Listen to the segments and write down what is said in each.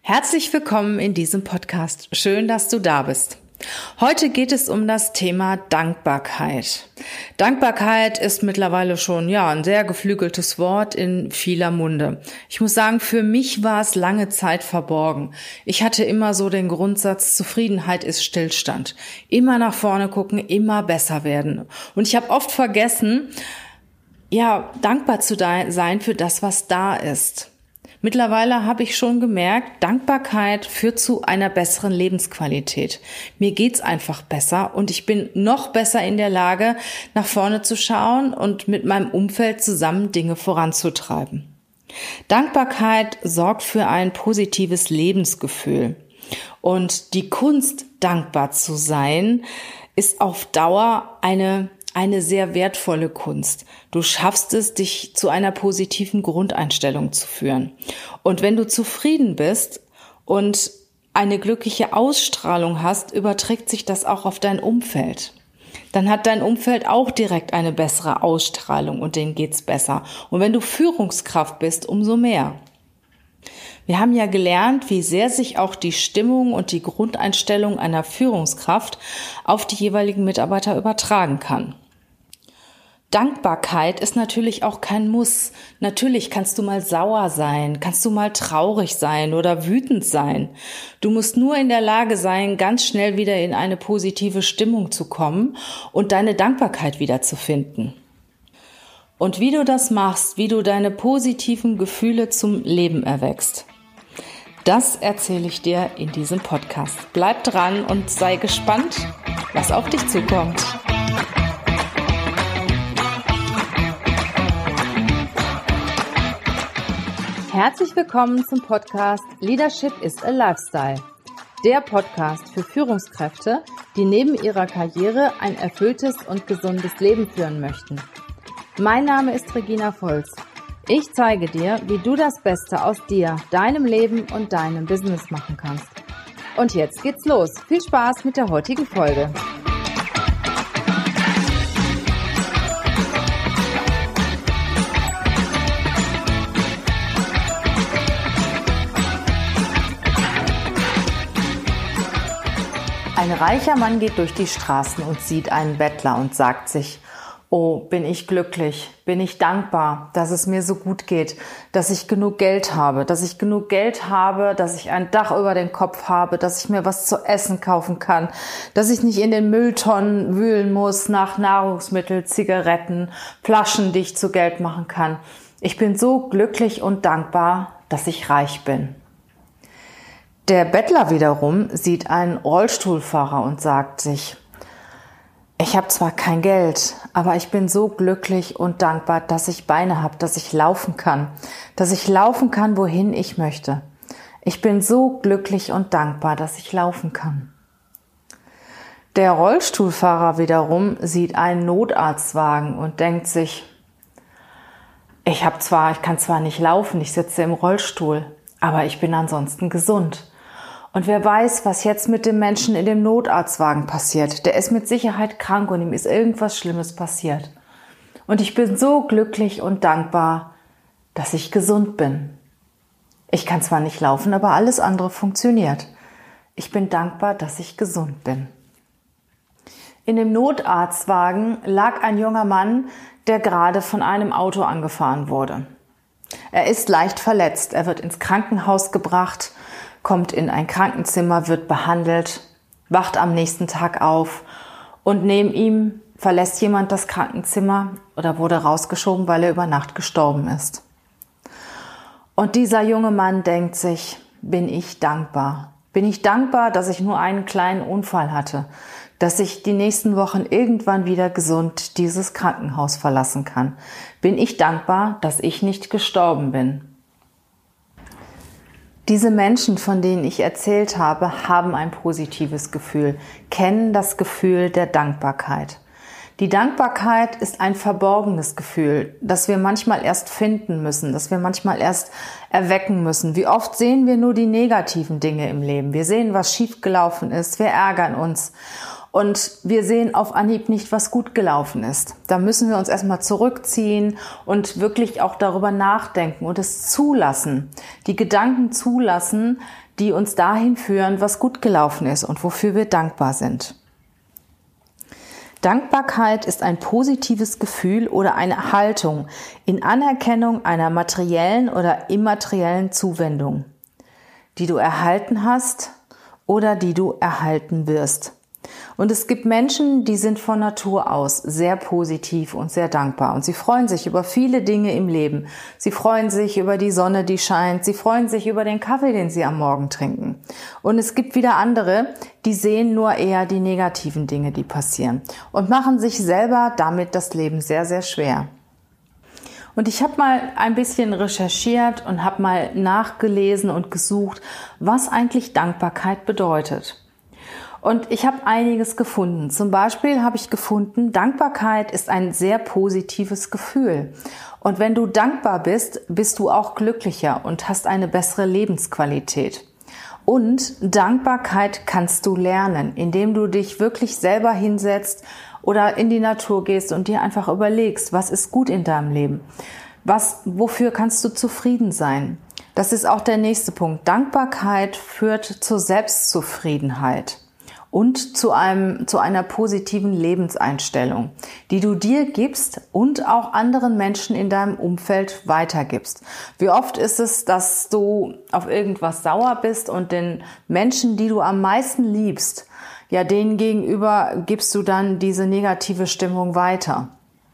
Herzlich willkommen in diesem Podcast. Schön, dass du da bist. Heute geht es um das Thema Dankbarkeit. Dankbarkeit ist mittlerweile schon ein sehr geflügeltes Wort in vieler Munde. Ich muss sagen, für mich war es lange Zeit verborgen. Ich hatte immer so den Grundsatz, Zufriedenheit ist Stillstand. Immer nach vorne gucken, immer besser werden. Und ich habe oft vergessen, dankbar zu sein für das, was da ist. Mittlerweile habe ich schon gemerkt, Dankbarkeit führt zu einer besseren Lebensqualität. Mir geht's einfach besser und ich bin noch besser in der Lage, nach vorne zu schauen und mit meinem Umfeld zusammen Dinge voranzutreiben. Dankbarkeit sorgt für ein positives Lebensgefühl. Und die Kunst, dankbar zu sein, ist auf Dauer eine sehr wertvolle Kunst. Du schaffst es, dich zu einer positiven Grundeinstellung zu führen. Und wenn du zufrieden bist und eine glückliche Ausstrahlung hast, überträgt sich das auch auf dein Umfeld. Dann hat dein Umfeld auch direkt eine bessere Ausstrahlung und denen geht's besser. Und wenn du Führungskraft bist, umso mehr. Wir haben ja gelernt, wie sehr sich auch die Stimmung und die Grundeinstellung einer Führungskraft auf die jeweiligen Mitarbeiter übertragen kann. Dankbarkeit ist natürlich auch kein Muss. Natürlich kannst du mal sauer sein, kannst du mal traurig sein oder wütend sein. Du musst nur in der Lage sein, ganz schnell wieder in eine positive Stimmung zu kommen und deine Dankbarkeit wiederzufinden. Und wie du das machst, wie du deine positiven Gefühle zum Leben erwächst, das erzähle ich dir in diesem Podcast. Bleib dran und sei gespannt, was auf dich zukommt. Herzlich willkommen zum Podcast Leadership is a Lifestyle. Der Podcast für Führungskräfte, die neben ihrer Karriere ein erfülltes und gesundes Leben führen möchten. Mein Name ist Regina Volz. Ich zeige dir, wie du das Beste aus dir, deinem Leben und deinem Business machen kannst. Und jetzt geht's los. Viel Spaß mit der heutigen Folge. Ein reicher Mann geht durch die Straßen und sieht einen Bettler und sagt sich: Oh, bin ich glücklich, bin ich dankbar, dass es mir so gut geht, dass ich genug Geld habe, dass ich ein Dach über den Kopf habe, dass ich mir was zu essen kaufen kann, dass ich nicht in den Mülltonnen wühlen muss nach Nahrungsmittel, Zigaretten, Flaschen, die ich zu Geld machen kann. Ich bin so glücklich und dankbar, dass ich reich bin. Der Bettler wiederum sieht einen Rollstuhlfahrer und sagt sich: Ich habe zwar kein Geld, aber ich bin so glücklich und dankbar, dass ich Beine habe, dass ich laufen kann, wohin ich möchte. Ich bin so glücklich und dankbar, dass ich laufen kann. Der Rollstuhlfahrer wiederum sieht einen Notarztwagen und denkt sich: Ich kann zwar nicht laufen, ich sitze im Rollstuhl, aber ich bin ansonsten gesund. Und wer weiß, was jetzt mit dem Menschen in dem Notarztwagen passiert. Der ist mit Sicherheit krank und ihm ist irgendwas Schlimmes passiert. Und ich bin so glücklich und dankbar, dass ich gesund bin. Ich kann zwar nicht laufen, aber alles andere funktioniert. Ich bin dankbar, dass ich gesund bin. In dem Notarztwagen lag ein junger Mann, der gerade von einem Auto angefahren wurde. Er ist leicht verletzt. Er wird ins Krankenhaus gebracht, kommt in ein Krankenzimmer, wird behandelt, wacht am nächsten Tag auf und neben ihm verlässt jemand das Krankenzimmer oder wurde rausgeschoben, weil er über Nacht gestorben ist. Und dieser junge Mann denkt sich: Bin ich dankbar? Bin ich dankbar, dass ich nur einen kleinen Unfall hatte, dass ich die nächsten Wochen irgendwann wieder gesund dieses Krankenhaus verlassen kann? Bin ich dankbar, dass ich nicht gestorben bin? Diese Menschen, von denen ich erzählt habe, haben ein positives Gefühl, kennen das Gefühl der Dankbarkeit. Die Dankbarkeit ist ein verborgenes Gefühl, das wir manchmal erst finden müssen, das wir manchmal erst erwecken müssen. Wie oft sehen wir nur die negativen Dinge im Leben? Wir sehen, was schiefgelaufen ist, wir ärgern uns. und wir sehen auf Anhieb nicht, was gut gelaufen ist. Da müssen wir uns erstmal zurückziehen und wirklich auch darüber nachdenken und es zulassen, die Gedanken zulassen, die uns dahin führen, was gut gelaufen ist und wofür wir dankbar sind. Dankbarkeit ist ein positives Gefühl oder eine Haltung in Anerkennung einer materiellen oder immateriellen Zuwendung, die du erhalten hast oder die du erhalten wirst. Und es gibt Menschen, die sind von Natur aus sehr positiv und sehr dankbar und sie freuen sich über viele Dinge im Leben. Sie freuen sich über die Sonne, die scheint. Sie freuen sich über den Kaffee, den sie am Morgen trinken. Und es gibt wieder andere, die sehen nur eher die negativen Dinge, die passieren und machen sich selber damit das Leben sehr, sehr schwer. Und ich habe mal ein bisschen recherchiert und habe mal nachgelesen und gesucht, was eigentlich Dankbarkeit bedeutet. Und ich habe einiges gefunden. Zum Beispiel habe ich gefunden, Dankbarkeit ist ein sehr positives Gefühl. Und wenn du dankbar bist, bist du auch glücklicher und hast eine bessere Lebensqualität. Und Dankbarkeit kannst du lernen, indem du dich wirklich selber hinsetzt oder in die Natur gehst und dir einfach überlegst, was ist gut in deinem Leben? Wofür kannst du zufrieden sein? Das ist auch der nächste Punkt. Dankbarkeit führt zur Selbstzufriedenheit und zu einer positiven Lebenseinstellung, die du dir gibst und auch anderen Menschen in deinem Umfeld weitergibst. Wie oft ist es, dass du auf irgendwas sauer bist und den Menschen, die du am meisten liebst, ja, denen gegenüber gibst du dann diese negative Stimmung weiter.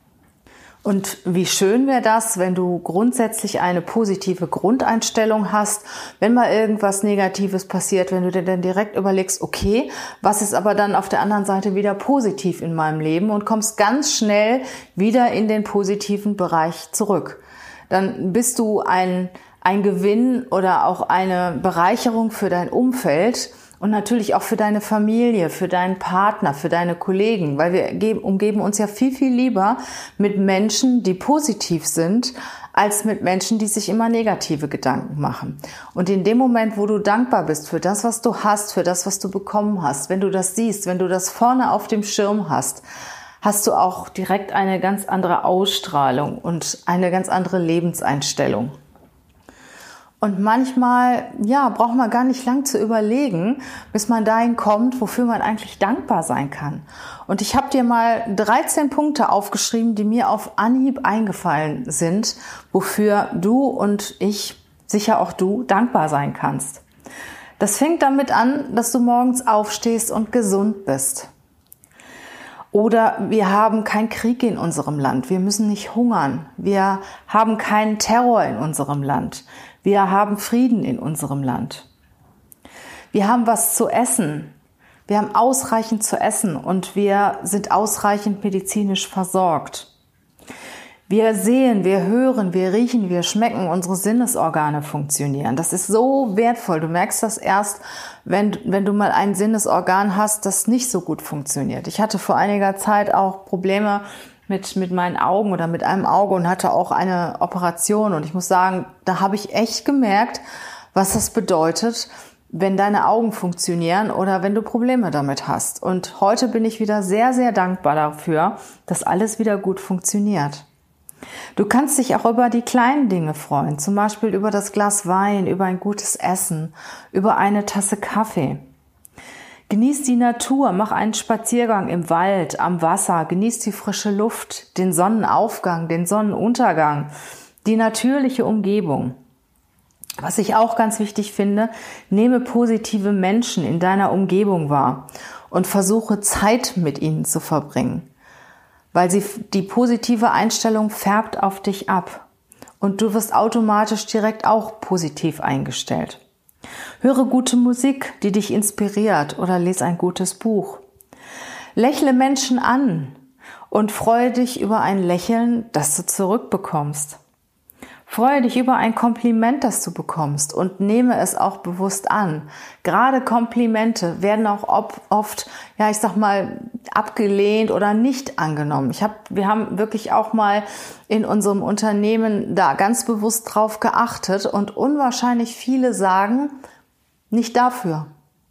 Und wie schön wäre das, wenn du grundsätzlich eine positive Grundeinstellung hast, wenn mal irgendwas Negatives passiert, wenn du dir dann direkt überlegst, okay, was ist aber dann auf der anderen Seite wieder positiv in meinem Leben und kommst ganz schnell wieder in den positiven Bereich zurück. Dann bist du ein Gewinn oder auch eine Bereicherung für dein Umfeld. Und natürlich auch für deine Familie, für deinen Partner, für deine Kollegen, weil wir umgeben uns ja viel, viel lieber mit Menschen, die positiv sind, als mit Menschen, die sich immer negative Gedanken machen. Und in dem Moment, wo du dankbar bist für das, was du hast, für das, was du bekommen hast, wenn du das siehst, wenn du das vorne auf dem Schirm hast, hast du auch direkt eine ganz andere Ausstrahlung und eine ganz andere Lebenseinstellung. Und manchmal, ja, braucht man gar nicht lang zu überlegen, bis man dahin kommt, wofür man eigentlich dankbar sein kann. Und ich habe dir mal 13 Punkte aufgeschrieben, die mir auf Anhieb eingefallen sind, wofür du und ich, sicher auch du, dankbar sein kannst. Das fängt damit an, dass du morgens aufstehst und gesund bist. Oder wir haben keinen Krieg in unserem Land. Wir müssen nicht hungern. Wir haben keinen Terror in unserem Land. Wir haben Frieden in unserem Land. Wir haben was zu essen. Wir haben ausreichend zu essen und wir sind ausreichend medizinisch versorgt. Wir sehen, wir hören, wir riechen, wir schmecken, unsere Sinnesorgane funktionieren. Das ist so wertvoll. Du merkst das erst, wenn du mal ein Sinnesorgan hast, das nicht so gut funktioniert. Ich hatte vor einiger Zeit auch Probleme mit meinen Augen oder mit einem Auge und hatte auch eine Operation. Und ich muss sagen, da habe ich echt gemerkt, was das bedeutet, wenn deine Augen funktionieren oder wenn du Probleme damit hast. Und heute bin ich wieder sehr, sehr dankbar dafür, dass alles wieder gut funktioniert. Du kannst dich auch über die kleinen Dinge freuen, zum Beispiel über das Glas Wein, über ein gutes Essen, über eine Tasse Kaffee. Genieß die Natur, mach einen Spaziergang im Wald, am Wasser, genieß die frische Luft, den Sonnenaufgang, den Sonnenuntergang, die natürliche Umgebung. Was ich auch ganz wichtig finde, nehme positive Menschen in deiner Umgebung wahr und versuche Zeit mit ihnen zu verbringen, weil die positive Einstellung färbt auf dich ab und du wirst automatisch direkt auch positiv eingestellt. Höre gute Musik, die dich inspiriert oder lese ein gutes Buch. Lächle Menschen an und freue dich über ein Lächeln, das du zurückbekommst. Freue dich über ein Kompliment, das du bekommst und nehme es auch bewusst an. Gerade Komplimente werden auch oft, ja, ich sag mal, abgelehnt oder nicht angenommen. Wir haben wirklich auch mal in unserem Unternehmen da ganz bewusst drauf geachtet und unwahrscheinlich viele sagen, nicht dafür.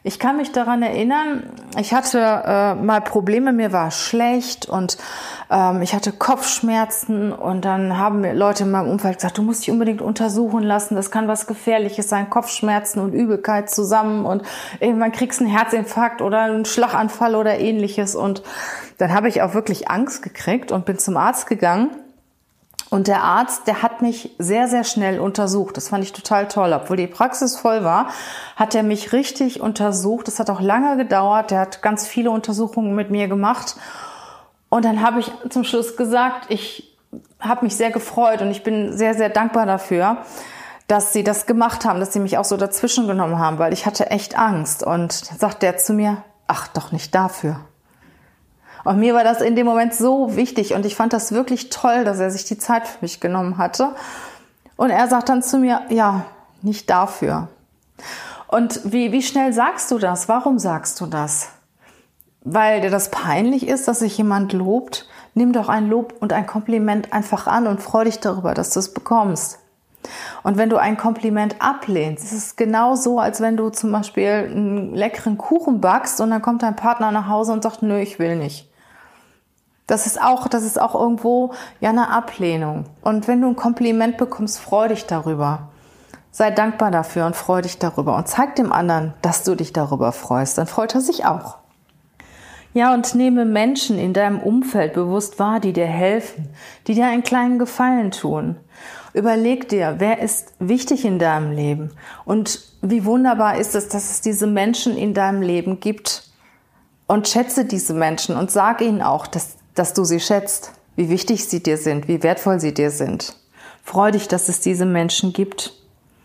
Ich kann mich daran erinnern, ich hatte mal Probleme, mir war schlecht und ich hatte Kopfschmerzen und dann haben mir Leute in meinem Umfeld gesagt, du musst dich unbedingt untersuchen lassen, das kann was Gefährliches sein, Kopfschmerzen und Übelkeit zusammen und irgendwann kriegst du einen Herzinfarkt oder einen Schlaganfall oder ähnliches. Und dann habe ich auch wirklich Angst gekriegt und bin zum Arzt gegangen. Und der Arzt, der hat mich sehr, sehr schnell untersucht. Das fand ich total toll. Obwohl die Praxis voll war, hat er mich richtig untersucht. Das hat auch lange gedauert. Der hat ganz viele Untersuchungen mit mir gemacht. Und dann habe ich zum Schluss gesagt, ich habe mich sehr gefreut und ich bin sehr, sehr dankbar dafür, dass sie das gemacht haben, dass sie mich auch so dazwischen genommen haben, weil ich hatte echt Angst. Und dann sagt der zu mir, ach, doch nicht dafür. Und mir war das in dem Moment so wichtig und ich fand das wirklich toll, dass er sich die Zeit für mich genommen hatte. Und er sagt dann zu mir, ja, nicht dafür. Und wie schnell sagst du das? Warum sagst du das? Weil dir das peinlich ist, dass sich jemand lobt? Nimm doch ein Lob und ein Kompliment einfach an und freu dich darüber, dass du es bekommst. Und wenn du ein Kompliment ablehnst, ist es genau so, als wenn du zum Beispiel einen leckeren Kuchen backst und dann kommt dein Partner nach Hause und sagt, nö, ich will nicht. Das ist auch irgendwo ja eine Ablehnung. Und wenn du ein Kompliment bekommst, freu dich darüber. Sei dankbar dafür und freu dich darüber. Und zeig dem anderen, dass du dich darüber freust. Dann freut er sich auch. Ja, und nehme Menschen in deinem Umfeld bewusst wahr, die dir helfen, die dir einen kleinen Gefallen tun. Überleg dir, wer ist wichtig in deinem Leben? Und wie wunderbar ist es, dass es diese Menschen in deinem Leben gibt. Und schätze diese Menschen und sag ihnen auch, dass du sie schätzt, wie wichtig sie dir sind, wie wertvoll sie dir sind. Freu dich, dass es diese Menschen gibt.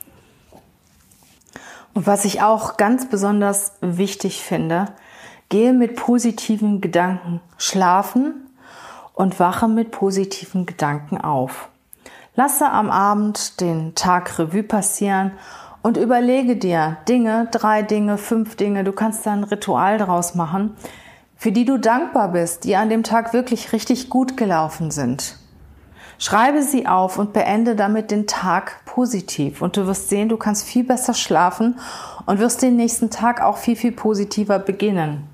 Und was ich auch ganz besonders wichtig finde, gehe mit positiven Gedanken schlafen und wache mit positiven Gedanken auf. Lasse am Abend den Tag Revue passieren und überlege dir Dinge, 3 Dinge, 5 Dinge, du kannst da ein Ritual draus machen, für die du dankbar bist, die an dem Tag wirklich richtig gut gelaufen sind. Schreibe sie auf und beende damit den Tag positiv. Und du wirst sehen, du kannst viel besser schlafen und wirst den nächsten Tag auch viel, viel positiver beginnen.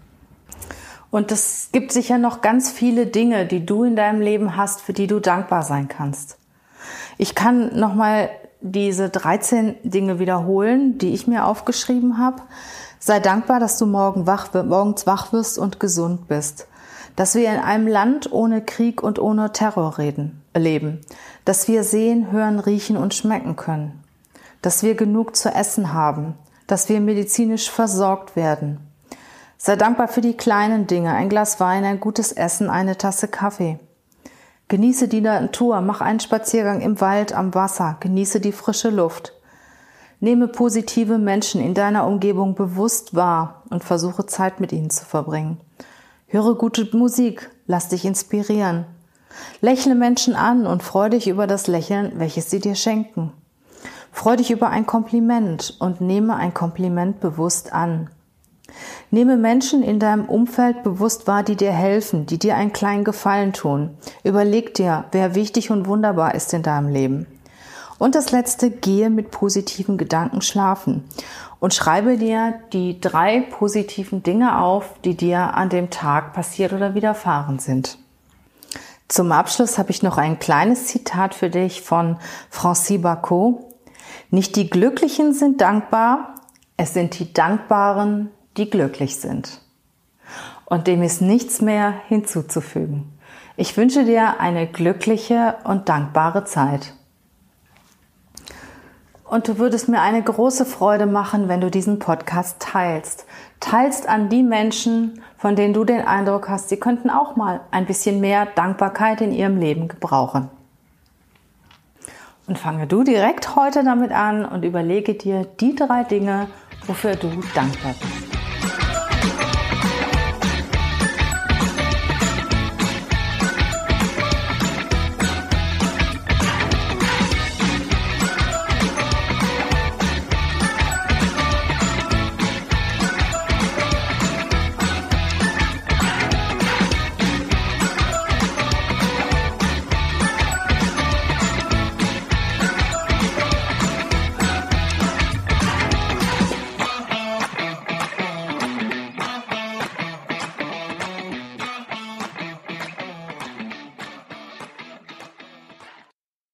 Und es gibt sicher noch ganz viele Dinge, die du in deinem Leben hast, für die du dankbar sein kannst. Ich kann nochmal diese 13 Dinge wiederholen, die ich mir aufgeschrieben habe. Sei dankbar, dass du morgens wach wirst und gesund bist. Dass wir in einem Land ohne Krieg und ohne Terror leben. Dass wir sehen, hören, riechen und schmecken können. Dass wir genug zu essen haben. Dass wir medizinisch versorgt werden. Sei dankbar für die kleinen Dinge, ein Glas Wein, ein gutes Essen, eine Tasse Kaffee. Genieße die Natur, mach einen Spaziergang im Wald, am Wasser, genieße die frische Luft. Nehme positive Menschen in deiner Umgebung bewusst wahr und versuche Zeit mit ihnen zu verbringen. Höre gute Musik, lass dich inspirieren. Lächle Menschen an und freu dich über das Lächeln, welches sie dir schenken. Freu dich über ein Kompliment und nehme ein Kompliment bewusst an. Nehme Menschen in deinem Umfeld bewusst wahr, die dir helfen, die dir einen kleinen Gefallen tun. Überleg dir, wer wichtig und wunderbar ist in deinem Leben. Und das Letzte, gehe mit positiven Gedanken schlafen und schreibe dir die 3 positiven Dinge auf, die dir an dem Tag passiert oder widerfahren sind. Zum Abschluss habe ich noch ein kleines Zitat für dich von Francis Bacot. Nicht die Glücklichen sind dankbar, es sind die Dankbaren, die glücklich sind. Und dem ist nichts mehr hinzuzufügen. Ich wünsche dir eine glückliche und dankbare Zeit. Und du würdest mir eine große Freude machen, wenn du diesen Podcast teilst. Teilst an die Menschen, von denen du den Eindruck hast, sie könnten auch mal ein bisschen mehr Dankbarkeit in ihrem Leben gebrauchen. Und fange du direkt heute damit an und überlege dir die 3 Dinge, wofür du dankbar bist.